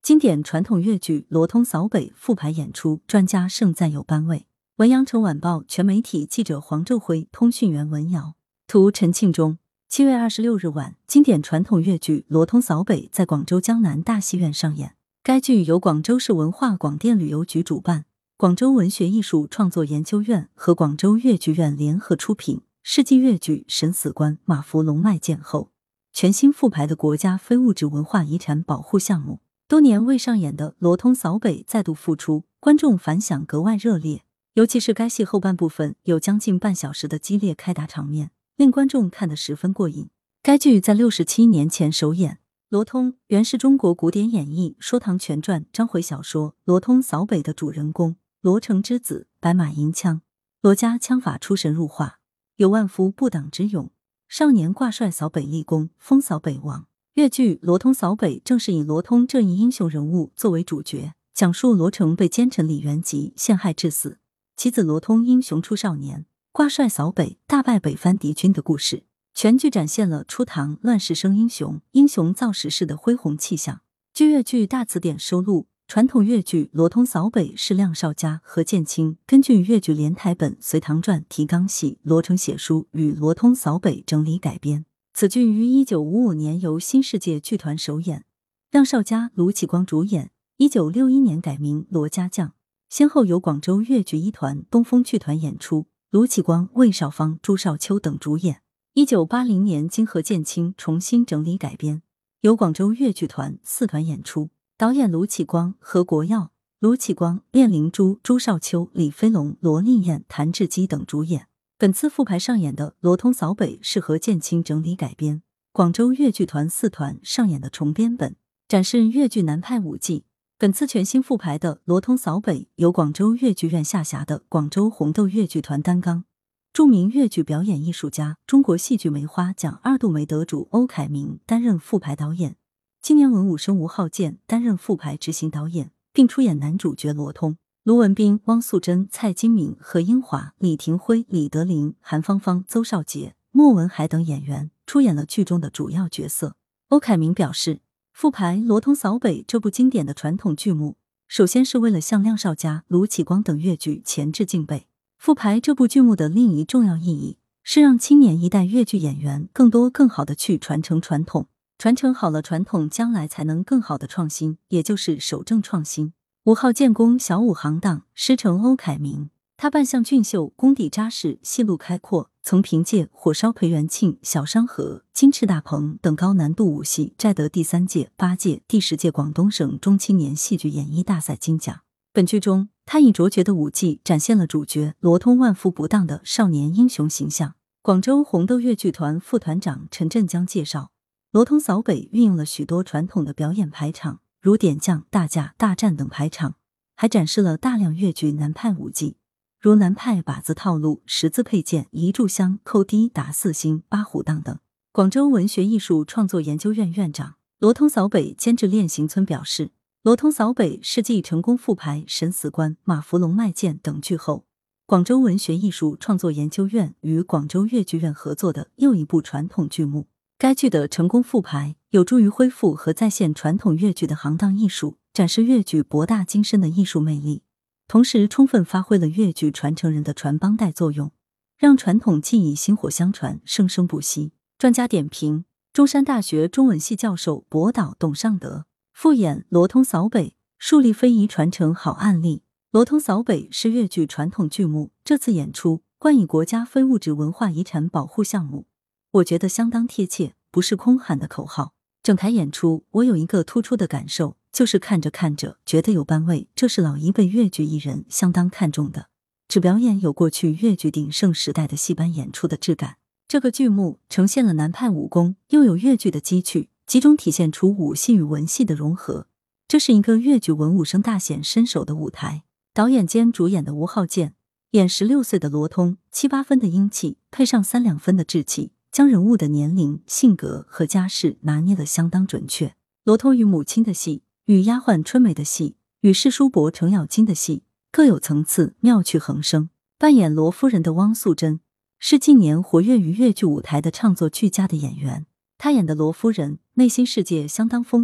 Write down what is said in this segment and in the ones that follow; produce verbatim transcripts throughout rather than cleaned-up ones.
经典传统粤剧《罗通扫北》复排演出，专家盛赞有班味。文阳城晚报全媒体记者黄昼辉，通讯员文瑶，图陈庆忠。七月二十六日晚，经典传统粤剧《罗通扫北》在广州江南大戏院上演。该剧由广州市文化广电旅游局主办，广州文学艺术创作研究院和广州粤剧院联合出品。世纪粤剧《审死官》马福龙脉剑后，全新复排的国家非物质文化遗产保护项目。多年未上演的《罗通扫北》再度复出，观众反响格外热烈。尤其是该戏后半部分有将近半小时的激烈开打场面，令观众看得十分过瘾。该剧在六十七年前首演。罗通原是中国古典演义《说唐全传》章回小说《罗通扫北》的主人公，罗成之子，白马银枪，罗家枪法出神入化，有万夫不挡之勇，少年挂帅扫北立功，封扫北王。粤剧《罗通扫北》正是以罗通这一英雄人物作为主角，讲述罗成被奸臣李元吉陷害致死，其子罗通英雄出少年，挂帅扫北，大败北番敌军的故事。全剧展现了初唐乱世生英雄、英雄造时势的恢宏气象。据粤剧大词典收录，传统粤剧《罗通扫北》是亮少佳、何建清根据粤剧连台本《隋唐传》提纲系罗成写书与《罗通扫北》整理改编。此剧于一九五五年由新世界剧团首演，亮少佳、卢启光主演。一九六一年改名罗家将，先后由广州粤剧一团、东风剧团演出，卢启光、魏少芳、朱少秋等主演。一九八零年经何建清重新整理改编，由广州粤剧团、四团演出，导演卢启光、何国耀、卢启光、卞灵珠、朱少秋、李飞龙、罗丽燕、谭志基等主演。本次复排上演的《罗通扫北》是何建清整理改编，广州粤剧团四团上演的重编本，展示粤剧南派武技。本次全新复排的《罗通扫北》由广州粤剧院下辖的广州红豆粤剧团担纲，著名粤剧表演艺术家、中国戏剧梅花奖二度梅得主欧凯明担任复排导演，青年文武生吴浩健担任复排执行导演，并出演男主角罗通。卢文斌、汪素珍、蔡金敏、何英华、李廷辉、李德林、韩芳芳、邹少杰、莫文海等演员出演了剧中的主要角色。欧凯明表示，复排《罗通扫北》这部经典的传统剧目，首先是为了向亮少佳、卢启光等粤剧前致敬备。复排这部剧目的另一重要意义，是让青年一代粤剧演员更多更好的去传承传统，传承好了传统，将来才能更好的创新，也就是守正创新。五号建功小武行当，师承欧凯明。他扮相俊秀，功底扎实，戏路开阔，曾凭借《火烧裴元庆》《小商河》《金翅大鹏》等高难度武戏摘得第三届、八届、第十届广东省中青年戏剧演艺大赛金奖。本剧中，他以卓绝的武技展现了主角罗通万夫不当的少年英雄形象。广州红豆粤剧团副团长陈振江介绍，罗通扫北运用了许多传统的表演排场，如点将、大架、大战等排场，还展示了大量粤剧南派武技，如南派把子套路、十字佩剑、一炷香、扣低、打四星、八虎荡等。广州文学艺术创作研究院院长、罗通扫北监制练行村表示，罗通扫北是继成功复排《审死官》《马福龙脉剑》等剧后，广州文学艺术创作研究院与广州粤剧院合作的又一部传统剧目。该剧的成功复排有助于恢复和再现传统粤剧的行当艺术，展示粤剧博大精深的艺术魅力，同时充分发挥了粤剧传承人的传帮带作用，让传统技艺薪火相传，生生不息。专家点评：中山大学中文系教授博导董尚德复演《罗通扫北》，树立非遗传承好案例。《罗通扫北》是粤剧传统剧目，这次演出冠以国家非物质文化遗产保护项目，我觉得相当贴切，不是空喊的口号。整台演出我有一个突出的感受，就是看着看着觉得有班味，这是老一辈粤剧艺人相当看重的，只表演有过去粤剧鼎盛时代的戏班演出的质感。这个剧目呈现了南派武功，又有粤剧的机趣，集中体现出武戏与文戏的融合，这是一个粤剧文武生大显身手的舞台。导演兼主演的吴浩健演十六岁的罗通，七八分的英气配上三两分的志气，将人物的年龄、性格和家世拿捏得相当准确。罗通与母亲的戏，与丫鬟春梅的戏，与世叔伯程咬金的戏各有层次，妙趣横生。扮演罗夫人的汪素珍是近年活跃于粤剧舞台的唱作俱佳的演员，她演的罗夫人内心世界相当丰富，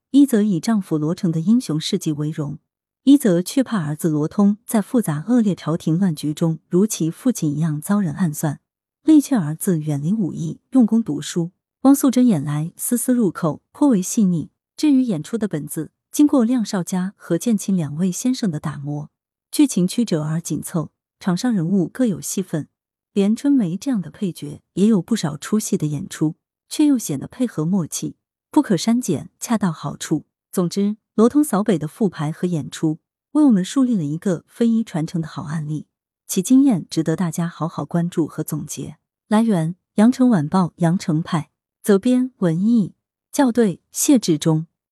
一则以丈夫罗成的英雄事迹为荣，一则却怕儿子罗通在复杂恶劣朝廷乱局中如其父亲一样遭人暗算，力劝儿子远离武艺，用功读书。汪素珍演来丝丝入扣，颇为细腻。至于演出的本子，经过亮绍嘉、何建清两位先生的打磨，剧情曲折而紧凑，场上人物各有戏份，连春梅这样的配角也有不少出戏的演出，却又显得配合默契，不可删减，恰到好处。总之，罗通扫北的复排和演出为我们树立了一个非遗传承的好案例，其经验值得大家好好关注和总结。来源：羊城晚报羊城派，责编：文艺，校对：谢志忠。